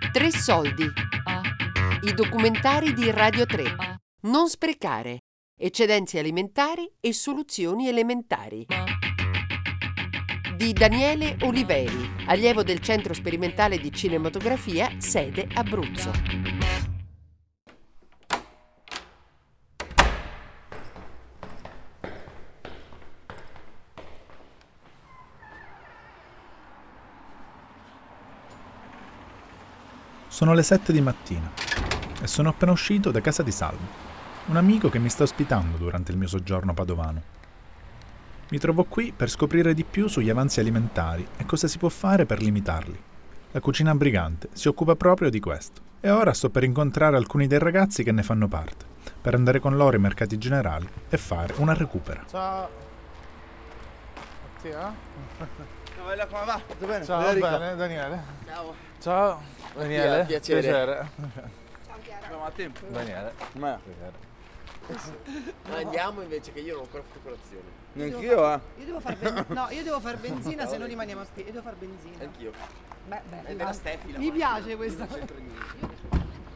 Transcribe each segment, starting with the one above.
Tre soldi. I documentari di Radio 3. Non sprecare. Eccedenze alimentari e soluzioni elementari. Di Daniele Oliveri, allievo del Centro Sperimentale di Cinematografia, sede Abruzzo. Sono le 7 di mattina e sono appena uscito da casa di Salvo, un amico che mi sta ospitando durante il mio soggiorno padovano. Mi trovo qui per scoprire di più sugli avanzi alimentari e cosa si può fare per limitarli. La cucina brigante si occupa proprio di questo e ora sto per incontrare alcuni dei ragazzi che ne fanno parte, per andare con loro ai mercati generali e fare una recupera. Ciao. Mattia? Come va? Tutto bene? Ciao, Federico. bene, Daniele. Ciao. Ciao, Daniele. Piacere. Ciao Chiara. Siamo a tempo. Daniele. Ma Andiamo invece che io non ho ancora fatto colazione. neanch'io, eh. Io devo far benzina, se no rimaniamo a piedi. Io devo far benzina. Anch'io. Beh, È della Steffi. mi piace questa. Non c'entra niente.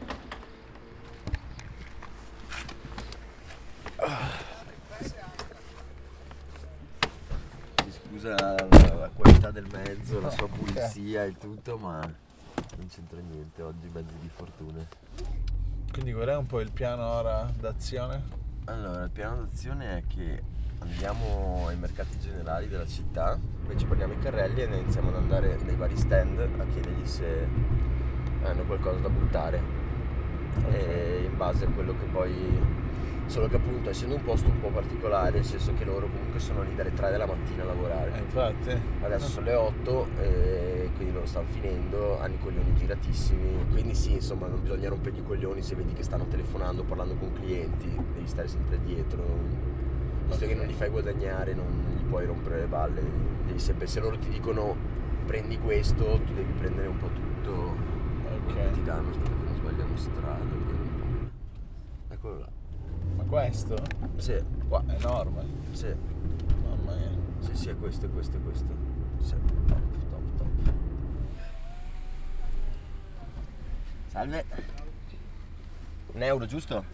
Scusa la qualità del mezzo, la sua pulizia e tutto, ma non c'entra niente oggi, mezzi di fortuna. Quindi qual è un po' il piano ora d'azione? Allora, il piano d'azione è che andiamo ai mercati generali della città, poi ci prendiamo i carrelli e iniziamo ad andare nei vari stand a chiedergli se hanno qualcosa da buttare. E in base a quello che poi... Solo che appunto essendo un posto un po' particolare, nel senso che loro comunque sono lì dalle 3 della mattina a lavorare. Infatti. Adesso sono le 8 e quindi loro stanno finendo, hanno i coglioni giratissimi. Quindi sì, insomma, non bisogna rompergli i coglioni se vedi che stanno telefonando, parlando con clienti, devi stare sempre dietro. Visto che non li fai guadagnare, non gli puoi rompere le balle. Devi sempre, se loro ti dicono prendi questo, tu devi prendere un po' tutto. Ok. Ti danno, aspetta che non sbagliamo strada, vediamo un po'. Eccolo là. Ma questo? Sì, Qua è enorme. sì. Mamma mia. Sì, è questo, è questo, è questo. Sì, top, top, top. Salve. €1, giusto?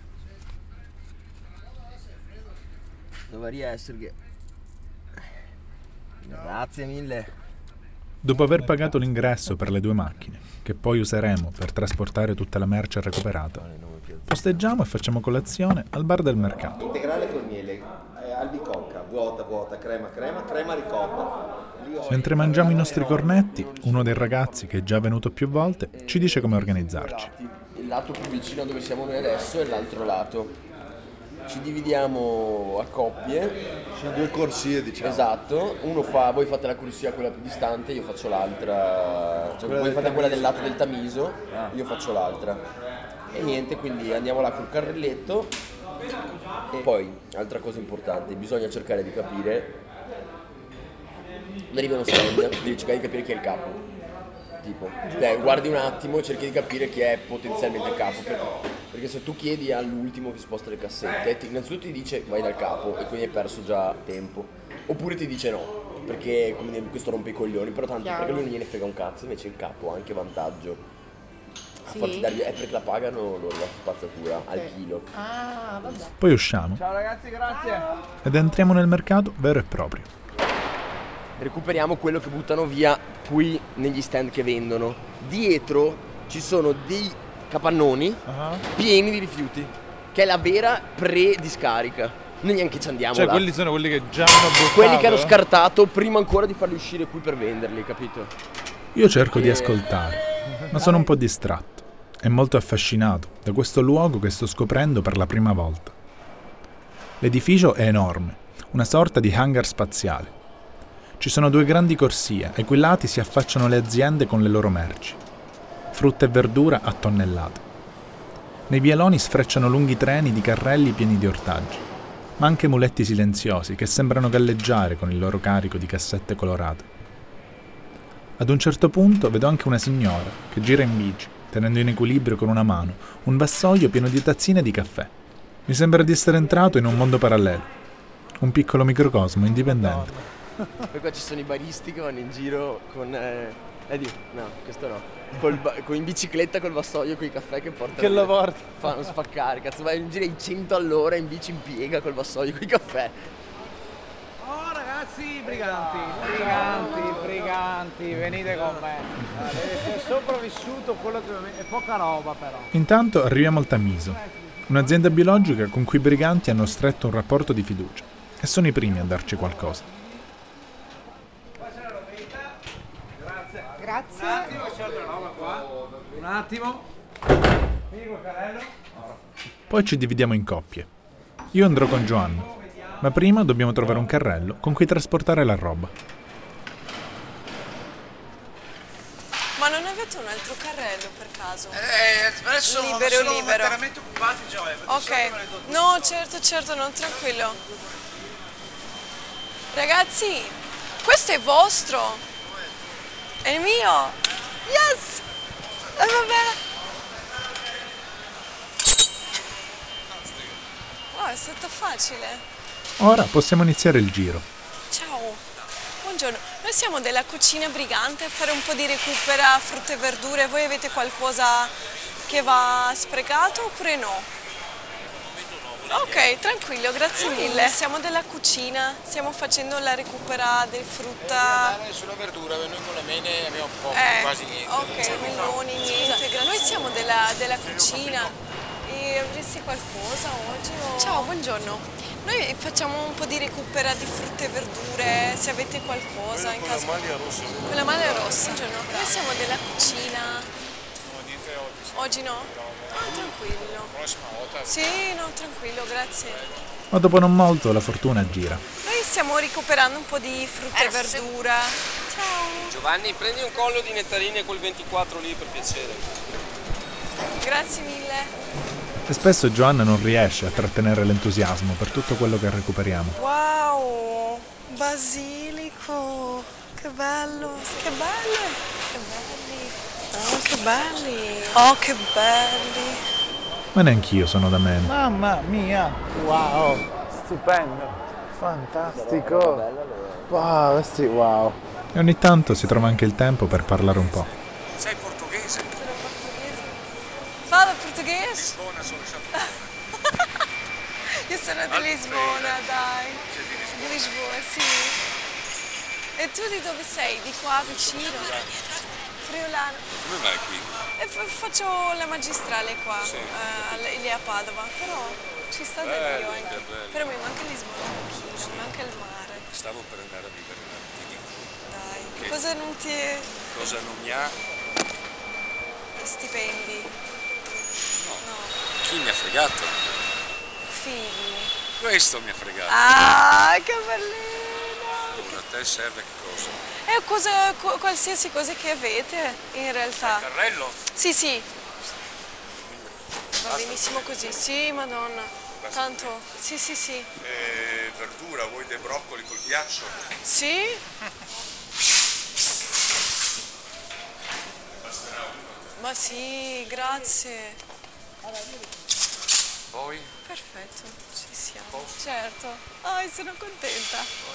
Dovrebbe essere che... Grazie mille. Dopo aver pagato l'ingresso per le 2 macchine, che poi useremo per trasportare tutta la merce recuperata, posteggiamo e facciamo colazione al bar del mercato. Integrale col miele, albicocca, vuota, crema ricotta. Mentre mangiamo i nostri cornetti, uno dei ragazzi, che è già venuto più volte, ci dice come organizzarci. Il lato più vicino a dove siamo noi adesso è l'altro lato. Ci dividiamo a coppie. Ci sono 2 corsie, diciamo. Esatto, voi fate la corsia quella più distante, io faccio l'altra. Cioè, Quella voi del fate quella Tamiso. del lato del Tamiso, io faccio l'altra. E niente, quindi andiamo là col carrelletto. E poi, altra cosa importante, bisogna cercare di capire. Arriva uno stand, devi cercare di capire chi è il capo. Tipo, guardi un attimo e cerchi di capire chi è potenzialmente il capo. Perché se tu chiedi all'ultimo che sposta le cassette, innanzitutto ti dice vai dal capo e quindi hai perso già tempo. Oppure ti dice no, perché come dire, questo rompe i coglioni, però tanto perché lui non gliene frega un cazzo, invece il capo ha anche vantaggio. A forza di dargli, è perché la pagano loro la spazzatura al chilo. Ah, vabbè. Poi usciamo Ciao ragazzi, grazie. ed entriamo nel mercato vero e proprio. Recuperiamo quello che buttano via qui negli stand che vendono. Dietro ci sono dei capannoni pieni di rifiuti, che è la vera pre-discarica. Noi neanche ci andiamo Cioè là. quelli sono quelli che già hanno buttato. Quelli che hanno scartato prima ancora di farli uscire qui per venderli, capito? Io cerco di ascoltare, ma sono un po' distratto e molto affascinato da questo luogo che sto scoprendo per la prima volta. L'edificio è enorme, una sorta di hangar spaziale. Ci sono 2 grandi corsie, ai cui lati si affacciano le aziende con le loro merci. Frutta e verdura a tonnellate. Nei vialoni sfrecciano lunghi treni di carrelli pieni di ortaggi, ma anche muletti silenziosi che sembrano galleggiare con il loro carico di cassette colorate. Ad un certo punto vedo anche una signora che gira in bici, tenendo in equilibrio con una mano un vassoio pieno di tazzine di caffè. Mi sembra di essere entrato in un mondo parallelo, un piccolo microcosmo indipendente. Poi qua ci sono i baristi che vanno in giro con No, questo no. In bicicletta col vassoio, con i caffè che portano. Che lo porti? Fanno spaccare, cazzo, vai in giro ai 100 all'ora in bici in piega col vassoio, con i caffè. Oh ragazzi, briganti, venite con me. Avete sopravvissuto quello che è poca roba però. Intanto arriviamo al Tamiso, un'azienda biologica con cui i briganti hanno stretto un rapporto di fiducia e sono i primi a darci qualcosa. Grazie. Un attimo, c'è altra roba qua. Un attimo. Vieni col carrello. Poi ci dividiamo in coppie. Io andrò con Giovanna, ma prima dobbiamo trovare un carrello con cui trasportare la roba. Ma non avete un altro carrello per caso? Adesso Libero. sono veramente occupati, Gioia. Ok. No, certo, no, tranquillo. Ragazzi, questo è vostro. È il mio. Yes! Vabbè. Oh, è stato facile. Ora possiamo iniziare il giro. Ciao, buongiorno. Noi siamo della cucina brigante a fare un po' di recupera frutta e verdure. Voi avete qualcosa che va sprecato oppure no? Ok, tranquillo, grazie mille. Siamo della cucina, stiamo facendo la recupera di frutta. Sulla verdura, noi con la mene abbiamo poco, quasi niente. Ok, meloni, niente. Noi siamo della cucina e avresti qualcosa oggi? Ciao, buongiorno. Noi facciamo un po' di recupera di frutta e verdure, se avete qualcosa in casa. Con la maglia rossa. Con la maglia rossa, buongiorno. Noi siamo della cucina. No, niente oggi. Oggi no? Ah, tranquillo. Prossima volta. Sì, no, tranquillo, grazie. Ma dopo non molto la fortuna gira. Noi stiamo recuperando un po' di frutta e verdura. Ciao. Giovanni, prendi un collo di nettarine col 24 lì per piacere. Grazie mille. E spesso Giovanna non riesce a trattenere l'entusiasmo per tutto quello che recuperiamo. Wow, basilico. Che bello. Che bello. Che belli. Oh, che belli. Oh, che belli. Ma neanch'io sono da meno. Mamma mia! Wow! Stupendo! Fantastico! Wow, questi wow! E ogni tanto si trova anche il tempo per parlare un po'. Sei portoghese? Sono portoghese. Fala portoghese? Buona, sono stato. Io sono di Lisbona, dai. Di Lisboa, sì. E tu di dove sei? Di qua vicino? Friulano. Come vai qui? E faccio la magistrale qua, lì a Padova, però ci sta da Dio anche. bello. Però mi manca Lisbona un pochino, mi manca il mare. Stavo per andare a vivere là, ti dico. Dai, Che- cosa non ti... Cosa non mi ha? stipendi? No. No, Chi mi ha fregato? figli. Questo mi ha fregato. Ah, che bellino! A te serve che cosa? È qualsiasi cosa che avete, in realtà. Carrello? Sì, sì. Va benissimo così, sì, madonna. Tanto, sì, sì, sì. Verdura, vuoi dei broccoli col ghiaccio? Sì? Ma sì, grazie. Poi? Perfetto, ci siamo. Certo. Oh, sono contenta.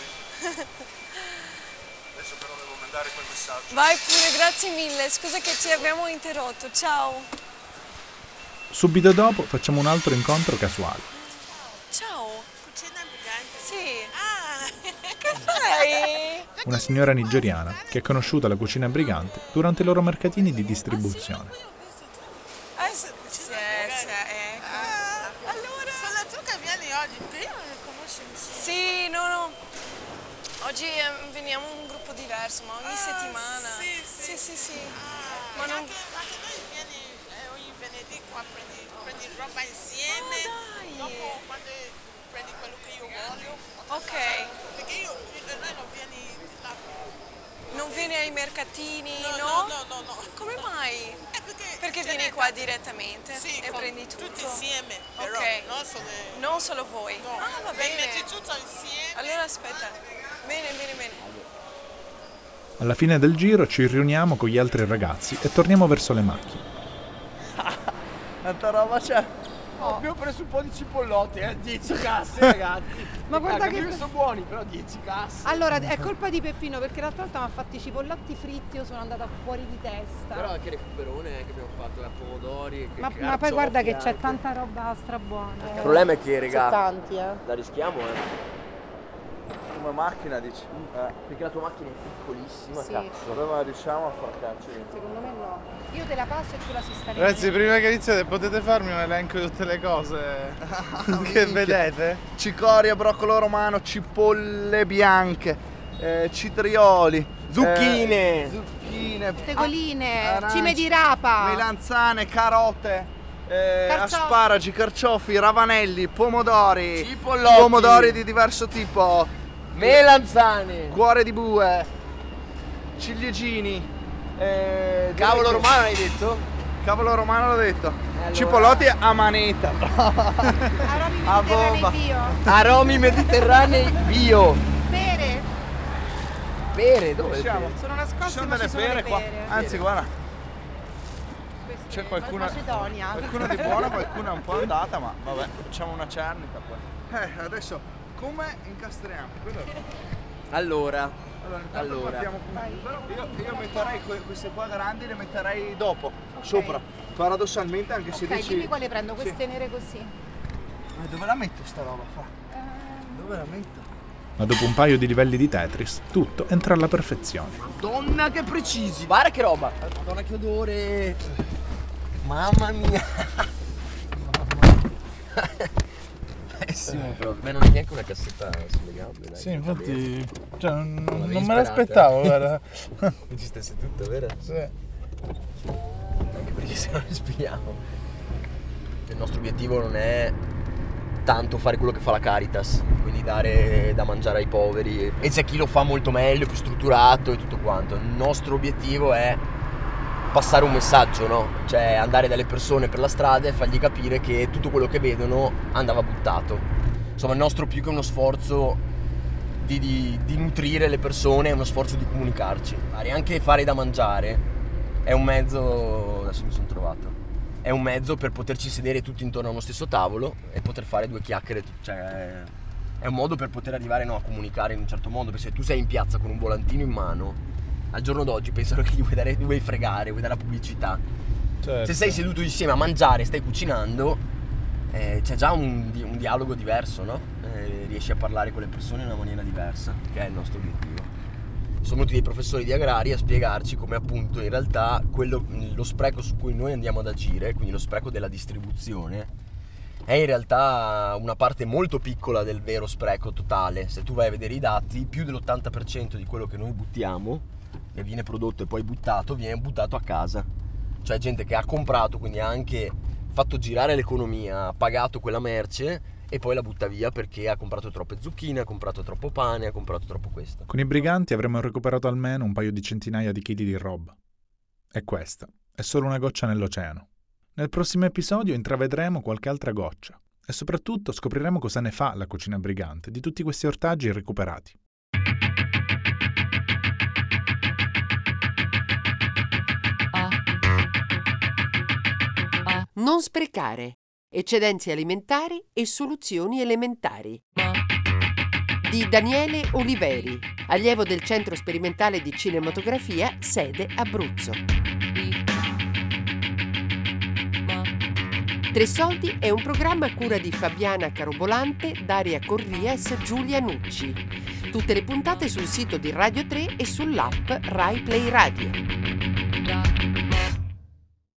Adesso però devo mandare quel messaggio. Vai pure, grazie mille. Scusa che ti abbiamo interrotto. Ciao. Subito dopo facciamo un altro incontro casuale. Ciao. Cucina brigante. Sì. Ah, Che fai? Una signora nigeriana che ha conosciuto la cucina brigante durante i loro mercatini di distribuzione. Sì, ecco. Allora. sono tu che vieni oggi, prima non conosci nessuno. Sì, no. Oggi veniamo un gruppo diverso, ma ogni settimana. Sì. Ma non... Anche noi vieni ogni venerdì qua, prendi roba insieme. dai. Dopo quando prendi quello che io voglio. Ok. Perché noi non vieni là. Non vieni ai mercatini, No. Come mai? Perché ce vieni n'è qua tanto. direttamente Sì, e prendi tutto? tutti insieme, però Ok. non solo... Non solo voi. No. Ah, va bene. Metti tutto insieme. Allora aspetta. Bene. Alla fine del giro ci riuniamo con gli altri ragazzi e torniamo verso le macchine. Tanta roba c'è! Abbiamo preso un po' di cipollotti, 10 casse ragazzi. Ma guarda che sono buoni, però 10 casse. Allora, è colpa di Peppino perché l'altra volta mi ha fatto i cipollotti fritti, io sono andata fuori di testa. Però anche recuperone che abbiamo fatto, da pomodori. Ma poi guarda che c'è tanta roba strabuona. Il problema è che, regà, C'è tanti, la rischiamo, Come macchina dici? Perché la tua macchina è piccolissima, Sì. cazzo. Dove la riusciamo a far calci? Secondo me no. Io te la passo e tu la sistemi. Ragazzi, prima che iniziate potete farmi un elenco di tutte le cose che vedete? Cicoria, broccolo romano, cipolle bianche, citrioli, Zucchine, Tegoline, arance, cime di rapa. melanzane, carote, Carciofi. asparagi, carciofi, ravanelli, pomodori, Cipollotti. pomodori di diverso tipo, melanzane, cuore di bue, ciliegini, cavolo romano hai detto? cavolo romano l'ho detto, allora... cipollotti a manetta, Aromi A mediterranei bomba. bio. Aromi mediterranei bio. Pere. Dove? Siamo? Sono Ci nascoste sono ma delle ci sono pere le qua, pere. anzi guarda, Queste- c'è qualcuna Macedonia. di buona, qualcuna è un po' andata, ma vabbè, facciamo una cernita poi. Adesso come incastriamo? Allora, Intanto partiamo con... Però io metterei queste qua grandi, le metterei dopo, sopra, paradossalmente, anche se Ok, dici... dimmi quale prendo, Sì. queste nere così. Dove la metto sta roba qua? Dove la metto? Ma dopo un paio di livelli di Tetris, tutto entra alla perfezione. Madonna che precisi, guarda che roba. Madonna che odore. Mamma mia. Pessimo proprio. Beh, non è neanche una cassetta sulle gambe, dai. Sì, infatti, cioè, non l'avevi me sperata. l'aspettavo, guarda. Ci stesse tutto, vero? Sì. Anche perché se non respiriamo. Il nostro obiettivo non è tanto fare quello che fa la Caritas, quindi dare da mangiare ai poveri, e c'è chi lo fa molto meglio, più strutturato e tutto quanto. Il nostro obiettivo è passare un messaggio, no? Cioè andare dalle persone per la strada e fargli capire che tutto quello che vedono andava buttato. Insomma, il nostro, più che uno sforzo di nutrire le persone, è uno sforzo di comunicarci. E anche fare da mangiare è un mezzo, adesso mi sono trovato, è un mezzo per poterci sedere tutti intorno a uno stesso tavolo e poter fare due chiacchiere, cioè è un modo per poter arrivare, no, a comunicare in un certo modo, perché se tu sei in piazza con un volantino in mano, al giorno d'oggi pensano che gli vuoi fregare, vuoi dare la pubblicità. Certo. Se sei seduto insieme a mangiare, stai cucinando, c'è già un dialogo diverso, no? Riesci a parlare con le persone in una maniera diversa, che è il nostro obiettivo. Sono venuti dei professori di agraria a spiegarci come appunto in realtà lo spreco su cui noi andiamo ad agire, quindi lo spreco della distribuzione, è in realtà una parte molto piccola del vero spreco totale. Se tu vai a vedere i dati, più dell'80% di quello che noi buttiamo, che viene prodotto e poi buttato, viene buttato a casa. Cioè gente che ha comprato, quindi ha anche fatto girare l'economia, ha pagato quella merce e poi la butta via perché ha comprato troppe zucchine, ha comprato troppo pane, ha comprato troppo questo. Con i briganti avremmo recuperato almeno un paio di centinaia di chili di roba. E questa è solo una goccia nell'oceano. Nel prossimo episodio intravedremo qualche altra goccia e soprattutto scopriremo cosa ne fa la cucina brigante di tutti questi ortaggi recuperati. Non sprecare. Eccedenze alimentari e soluzioni elementari. Di Daniele Oliveri, allievo del Centro Sperimentale di Cinematografia, sede Abruzzo. Tre Soldi è un programma a cura di Fabiana Carobolante, Daria Corrias, Giulia Nucci. Tutte le puntate sul sito di Radio 3 e sull'app Rai Play Radio.